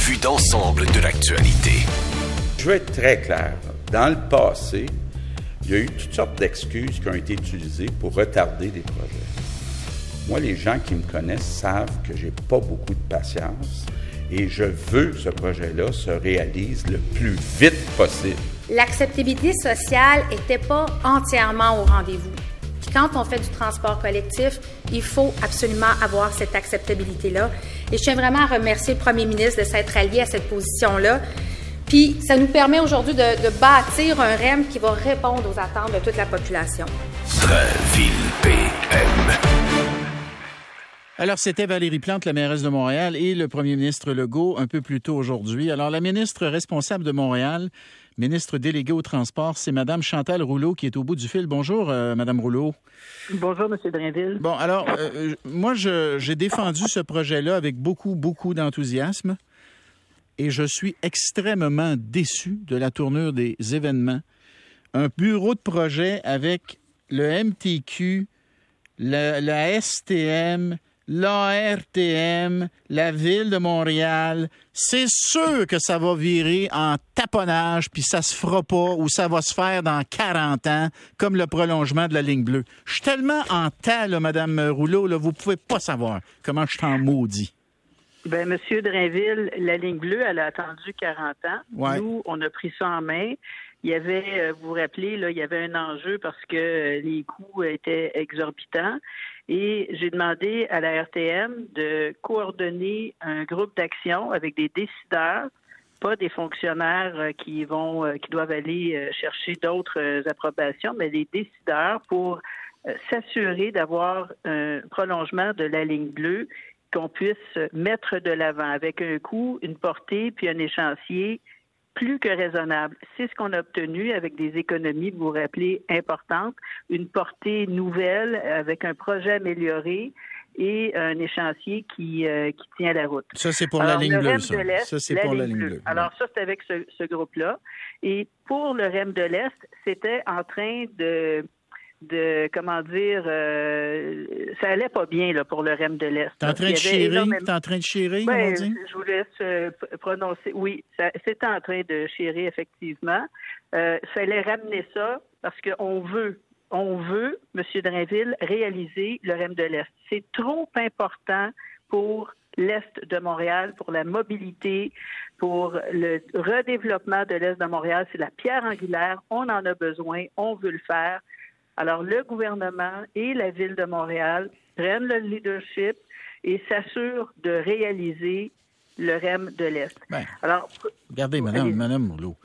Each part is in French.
vue d'ensemble de l'actualité. Je veux être très clair. Dans le passé, il y a eu toutes sortes d'excuses qui ont été utilisées pour retarder des projets. Moi, les gens qui me connaissent savent que j'ai pas beaucoup de patience et je veux que ce projet-là se réalise le plus vite possible. L'acceptabilité sociale n'était pas entièrement au rendez-vous. Puis quand on fait du transport collectif, il faut absolument avoir cette acceptabilité-là. Et je tiens vraiment à remercier le premier ministre de s'être allié à cette position-là. Puis ça nous permet aujourd'hui de bâtir un REM qui va répondre aux attentes de toute la population. Drainville PM. Alors, c'était Valérie Plante, la mairesse de Montréal, et le premier ministre Legault un peu plus tôt aujourd'hui. Alors, la ministre responsable de Montréal, ministre déléguée au transport, c'est Mme Chantal Rouleau qui est au bout du fil. Bonjour, Mme Rouleau. Bonjour, M. Drainville. Bon, alors, moi, j'ai défendu ce projet-là avec beaucoup d'enthousiasme et je suis extrêmement déçu de la tournure des événements. Un bureau de projet avec le MTQ, la STM, l'ARTM, la Ville de Montréal, c'est sûr que ça va virer en taponnage, puis ça se fera pas, ou ça va se faire dans 40 ans, comme le prolongement de la ligne bleue. Je suis tellement en tas, là, Mme Rouleau, là, vous pouvez pas savoir comment je t'en maudis. Ben, M. Drainville, la ligne bleue, elle a attendu 40 ans. Ouais. Nous, on a pris ça en main. Il y avait, vous vous rappelez, là, il y avait un enjeu parce que les coûts étaient exorbitants. Et j'ai demandé à la RTM de coordonner un groupe d'action avec des décideurs, pas des fonctionnaires qui doivent aller chercher d'autres approbations, mais des décideurs pour s'assurer d'avoir un prolongement de la ligne bleue qu'on puisse mettre de l'avant avec un coût, une portée puis un échéancier plus que raisonnable. C'est ce qu'on a obtenu avec des économies, vous vous rappelez, importantes, une portée nouvelle avec un projet amélioré et un échéancier qui tient la route. Ça, c'est pour Alors, la ligne bleue, ça. De l'Est, Ça, c'est pour la ligne bleue. Alors, ça, c'est avec ce groupe-là. Et pour le REM de l'Est, c'était en train de comment dire, ça allait pas bien là, pour le REM de l'Est. T'es en train de chérir, on dit? Je vous laisse prononcer. Oui, c'était en train de chérir, effectivement. Fallait ramener ça parce qu'on veut, M. Drainville, réaliser le REM de l'Est. C'est trop important pour l'Est de Montréal, pour la mobilité, pour le redéveloppement de l'Est de Montréal. C'est la pierre angulaire. On en a besoin. On veut le faire. Alors, le gouvernement et la Ville de Montréal prennent le leadership et s'assurent de réaliser le REM de l'Est. Ben, alors, regardez, Madame Rouleau,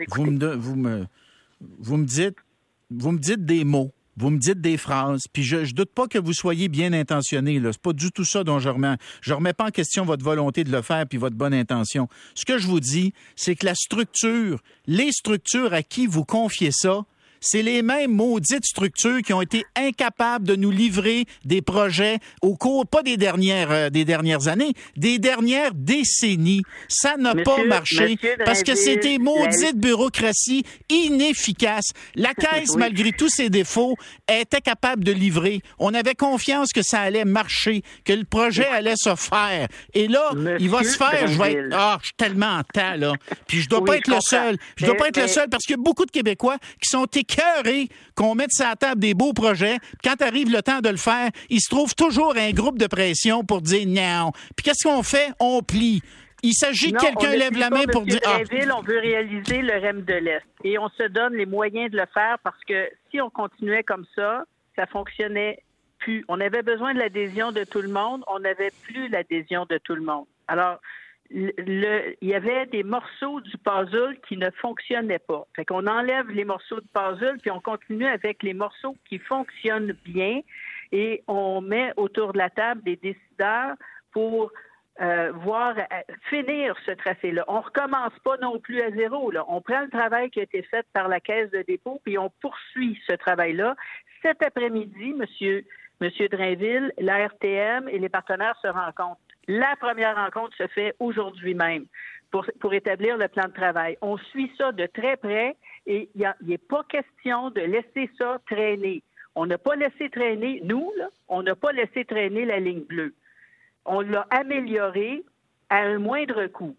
vous me dites des mots, vous me dites des phrases, puis je doute pas que vous soyez bien intentionné. C'est pas du tout ça dont je remets. Je remets pas en question votre volonté de le faire puis votre bonne intention. Ce que je vous dis, c'est que les structures à qui vous confiez ça, c'est les mêmes maudites structures qui ont été incapables de nous livrer des projets au cours, pas des dernières années, des dernières décennies. Ça n'a pas marché parce que c'est des maudites bureaucraties inefficaces. La Caisse, malgré tous ses défauts, était capable de livrer. On avait confiance que ça allait marcher, que le projet allait se faire. Et là, il va se faire. Je suis tellement en temps, là. Puis je dois pas être le seul. Je dois pas être le seul parce qu'il y a beaucoup de Québécois qui sont écœurés qu'on mette sur la table des beaux projets. Quand arrive le temps de le faire, il se trouve toujours un groupe de pression pour dire non. Puis qu'est-ce qu'on fait? On plie. Il s'agit que quelqu'un lève la main pour dire... On veut réaliser le REM de l'Est. Et on se donne les moyens de le faire parce que si on continuait comme ça, ça fonctionnait plus. On avait besoin de l'adhésion de tout le monde. On n'avait plus l'adhésion de tout le monde. Alors, il y avait des morceaux du puzzle qui ne fonctionnaient pas. Fait qu'on enlève les morceaux de puzzle puis on continue avec les morceaux qui fonctionnent bien et on met autour de la table des décideurs pour finir ce tracé-là. On recommence pas non plus à zéro, là. On prend le travail qui a été fait par la Caisse de dépôt puis on poursuit ce travail-là. Cet après-midi, Monsieur Drainville, la RTM et les partenaires se rencontrent. La première rencontre se fait aujourd'hui même pour établir le plan de travail. On suit ça de très près et il n'est pas question de laisser ça traîner. On n'a pas laissé traîner, nous, là, on n'a pas laissé traîner la ligne bleue. On l'a améliorée à un moindre coût.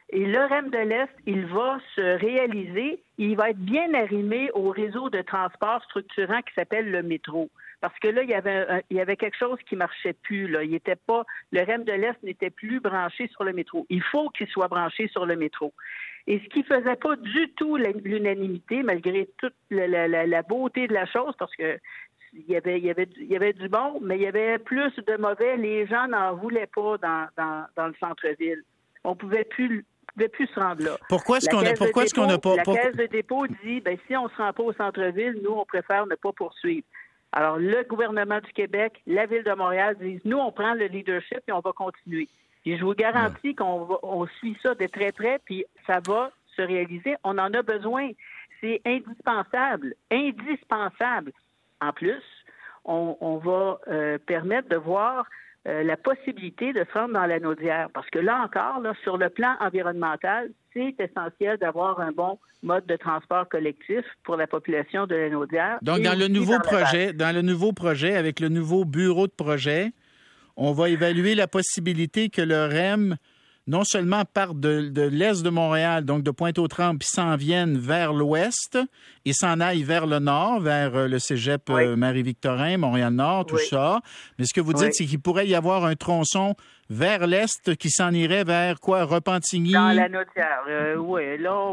Et le REM de l'Est, il va se réaliser, il va être bien arrimé au réseau de transport structurant qui s'appelle le métro. Parce que là, il y avait quelque chose qui marchait plus. Là. Le REM de l'Est n'était plus branché sur le métro. Il faut qu'il soit branché sur le métro. Et ce qui faisait pas du tout l'unanimité, malgré toute la beauté de la chose, parce que il y avait du bon, mais il y avait plus de mauvais. Les gens n'en voulaient pas dans le centre-ville. On pouvait plus se rendre là. Pourquoi est-ce qu'on n'a pas... La Caisse de dépôt dit, si on ne se rend pas au centre-ville, nous, on préfère ne pas poursuivre. Alors, le gouvernement du Québec, la Ville de Montréal disent, nous, on prend le leadership et on va continuer. Et je vous garantis qu'on suit ça de très près, puis ça va se réaliser. On en a besoin. C'est indispensable. Indispensable. En plus, on va permettre de voir la possibilité de se rendre dans la Naudière. Parce que là encore, sur le plan environnemental, c'est essentiel d'avoir un bon mode de transport collectif pour la population de la Naudière. Donc, dans le nouveau projet, avec le nouveau bureau de projet, on va évaluer la possibilité que le REM, non seulement parte de l'est de Montréal, donc de Pointe-aux-Trembles, puis s'en vienne vers l'ouest et s'en aille vers le nord, vers le cégep Marie-Victorin, Montréal-Nord, tout ça. Mais ce que vous dites, c'est qu'il pourrait y avoir un tronçon vers l'est qui s'en irait vers quoi? Repentigny? Dans la Naudière, oui. Là,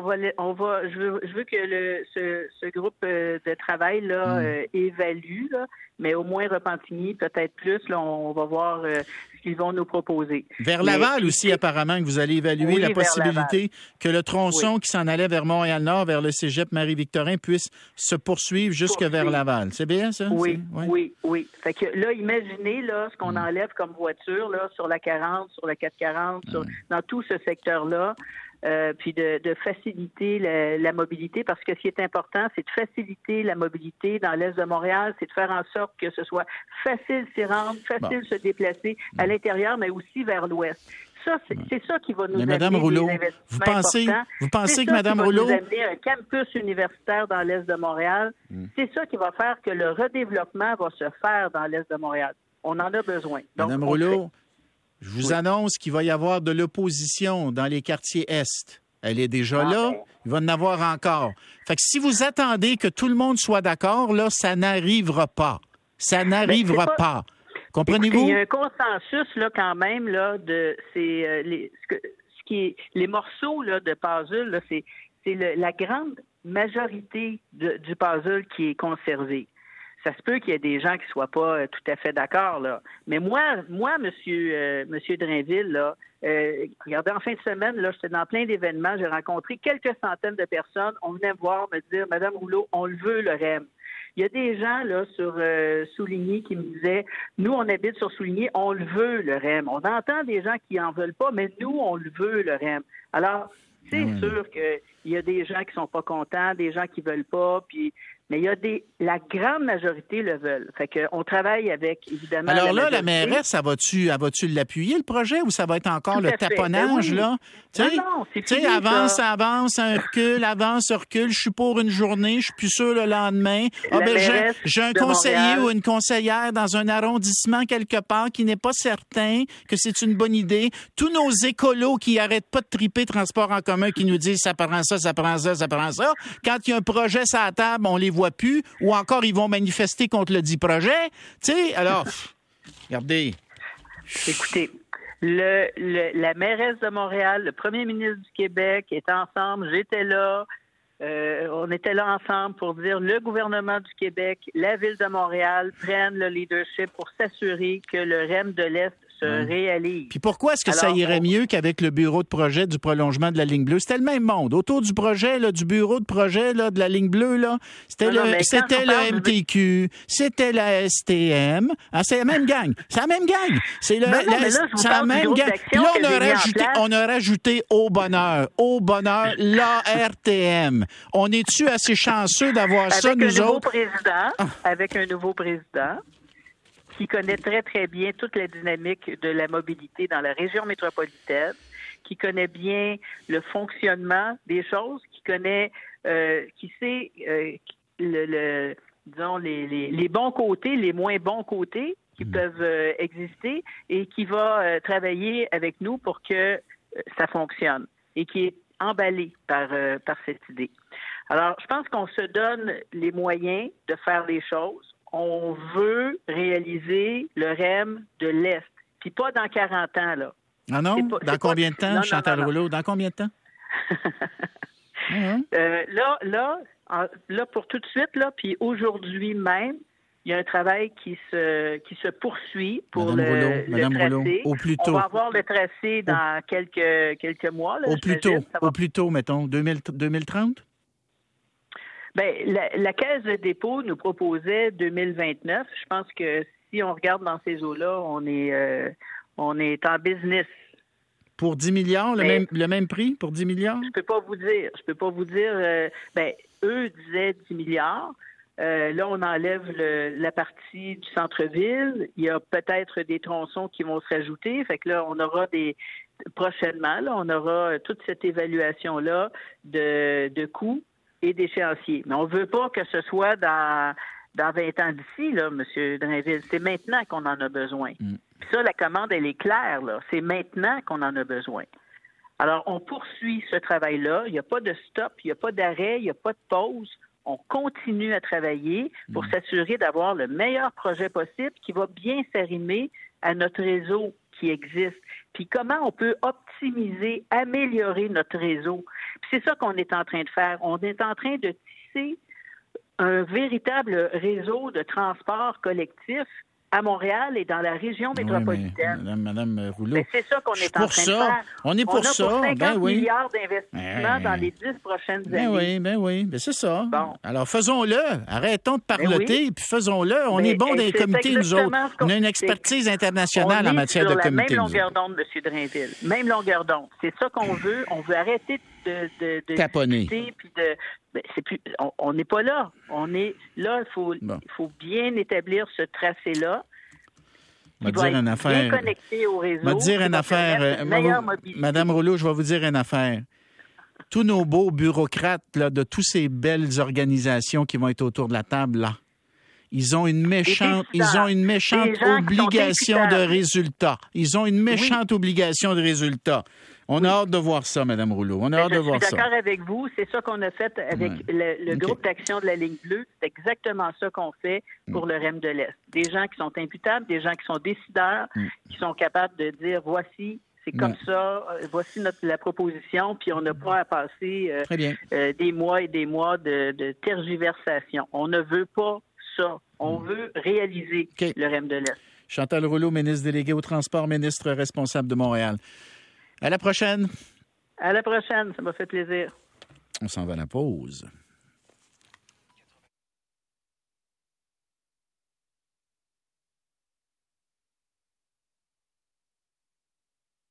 je veux que ce groupe de travail là évalue, là, mais au moins Repentigny, peut-être plus. Là, on va voir ce qu'ils vont nous proposer. Vers Laval aussi, apparemment, que vous allez évaluer la possibilité que le tronçon qui s'en allait vers Montréal-Nord, vers le cégep Marie-Victorin, puisse se poursuivre jusque vers Laval. C'est bien, ça? Oui. Fait que là, imaginez là, ce qu'on enlève comme voiture là, sur la 40, sur la 440, dans tout ce secteur-là, puis de faciliter la mobilité, parce que ce qui est important, c'est de faciliter la mobilité dans l'est de Montréal, c'est de faire en sorte que ce soit facile s'y rendre, facile se déplacer à l'intérieur, mais aussi vers l'ouest. Ça, c'est ça qui va nous amener Madame Rouleau, des investissements vous pensez que Madame Rouleau... nous amener un campus universitaire dans l'est de Montréal. C'est ça qui va faire que le redéveloppement va se faire dans l'est de Montréal. On en a besoin. Donc, Madame Rouleau, je vous annonce qu'il va y avoir de l'opposition dans les quartiers Est. Elle est déjà là. Il va en avoir encore. Fait que si vous attendez que tout le monde soit d'accord, là, ça n'arrivera pas. Ça n'arrivera pas. Comprenez-vous? Écoutez, il y a un consensus là quand même là de les morceaux là de puzzle là, c'est la grande majorité du puzzle qui est conservé. Ça se peut qu'il y ait des gens qui soient pas tout à fait d'accord là, mais moi monsieur Drainville là, regardez, en fin de semaine là, j'étais dans plein d'événements, j'ai rencontré quelques centaines de personnes, on venait me voir me dire Madame Rouleau, on le veut le REM. Il y a des gens là sur Souligny qui me disaient, nous on habite sur Souligny, on le veut le REM. On entend des gens qui en veulent pas, mais nous on le veut le REM. Alors c'est sûr qu'il y a des gens qui sont pas contents, des gens qui veulent pas, mais la grande majorité le veulent. Fait qu'on travaille avec, évidemment... Alors là, la mairesse, elle va-tu l'appuyer, le projet, ou ça va être encore le taponnage, là? Non, c'est fini, avance, un recul, je suis pour une journée, je suis plus sûr le lendemain. J'ai un conseiller Montréal, ou une conseillère dans un arrondissement quelque part qui n'est pas certain que c'est une bonne idée. Tous nos écolos qui arrêtent pas de triper transport en commun, qui nous disent ça prend ça, ça prend ça, ça prend ça. Quand il y a un projet sur la table, on les voit plus, ou encore ils vont manifester contre le dit projet. Tu sais, alors, regardez. Écoutez, la mairesse de Montréal, le premier ministre du Québec étaient ensemble, j'étais là, on était là ensemble pour dire le gouvernement du Québec, la ville de Montréal prennent le leadership pour s'assurer que le REM de l'Est se réalise. Puis pourquoi est-ce que ça irait mieux qu'avec le bureau de projet du prolongement de la ligne bleue? C'était le même monde. Autour du projet, là, du bureau de projet là, de la ligne bleue, là, c'était le MTQ, c'était la STM. Ah, c'est la même gang. C'est la même gang. C'est la même gang. Puis là, on a rajouté au bonheur, l'ARTM. On est-tu assez chanceux d'avoir ça, nous autres? Avec un nouveau président qui connaît très, très bien toute la dynamique de la mobilité dans la région métropolitaine, qui connaît bien le fonctionnement des choses, qui sait disons, les bons côtés, les moins bons côtés qui peuvent exister et qui va travailler avec nous pour que ça fonctionne. et qui est emballé par cette idée. Alors, je pense qu'on se donne les moyens de faire les choses. On veut réaliser le REM de l'Est, puis pas dans 40 ans, là. Ah non? Dans combien de temps, Chantal Rouleau? Dans combien de temps? Là, pour tout de suite, là, puis aujourd'hui même, il y a un travail qui se poursuit pour le tracé. Rouleau, au plus tôt. On va avoir le tracé dans quelques mois. Là, au plus tôt, mettons, 2030? Bien, la Caisse de dépôt nous proposait 2029. Je pense que si on regarde dans ces eaux-là, on est en business. Pour 10 milliards, le même prix pour 10 milliards? Je peux pas vous dire. Eux disaient 10 milliards. Là, on enlève la partie du centre-ville. Il y a peut-être des tronçons qui vont se rajouter. Fait que là, on aura prochainement, là, on aura toute cette évaluation-là de coûts et d'échéanciers. Mais on veut pas que ce soit dans 20 ans d'ici, là, M. Drainville. C'est maintenant qu'on en a besoin. Puis ça, la commande, elle est claire, là. C'est maintenant qu'on en a besoin. Alors, on poursuit ce travail-là. Il n'y a pas de stop, il n'y a pas d'arrêt, il n'y a pas de pause. On continue à travailler pour s'assurer d'avoir le meilleur projet possible qui va bien s'arrimer à notre réseau qui existe. Puis comment on peut optimiser, améliorer notre réseau. Puis c'est ça qu'on est en train de faire. On est en train de tisser un véritable réseau de transport collectif à Montréal et dans la région métropolitaine. Oui, Madame Rouleau. Mais c'est ça qu'on est en train de faire. On est pour ça. 50 milliards d'investissements dans les 10 prochaines années. Oui. Ben c'est ça. Bon. Alors, faisons-le. Arrêtons de parloter, puis faisons-le. On est bon dans les comités, nous autres. On a une expertise internationale en matière de comité. Même longueur d'onde, M. Drainville. Même longueur d'onde. C'est ça qu'on veut. On veut arrêter de taponner. Puis c'est plus, on n'est pas là. On est là. Il faut bien établir ce tracé-là. Je vais dire une affaire. Bien connecté au réseau. Je vais dire une affaire. Madame Rouleau, je vais vous dire une affaire. Tous nos beaux bureaucrates là, de toutes ces belles organisations qui vont être autour de la table, là, ils ont une méchante obligation de résultat. Ils ont une méchante obligation de résultat. On a hâte de voir ça, Mme Rouleau. On a hâte de voir ça. Je suis d'accord avec vous. C'est ça qu'on a fait avec le groupe d'action de la Ligne bleue. C'est exactement ça qu'on fait pour le REM de l'Est. Des gens qui sont imputables, des gens qui sont décideurs, qui sont capables de dire voici, c'est comme ça, voici la proposition, puis on n'a pas à passer des mois et des mois de tergiversation. On ne veut pas ça. On veut réaliser le REM de l'Est. Chantal Rouleau, ministre déléguée au transport, ministre responsable de Montréal. À la prochaine. À la prochaine, ça m'a fait plaisir. On s'en va à la pause.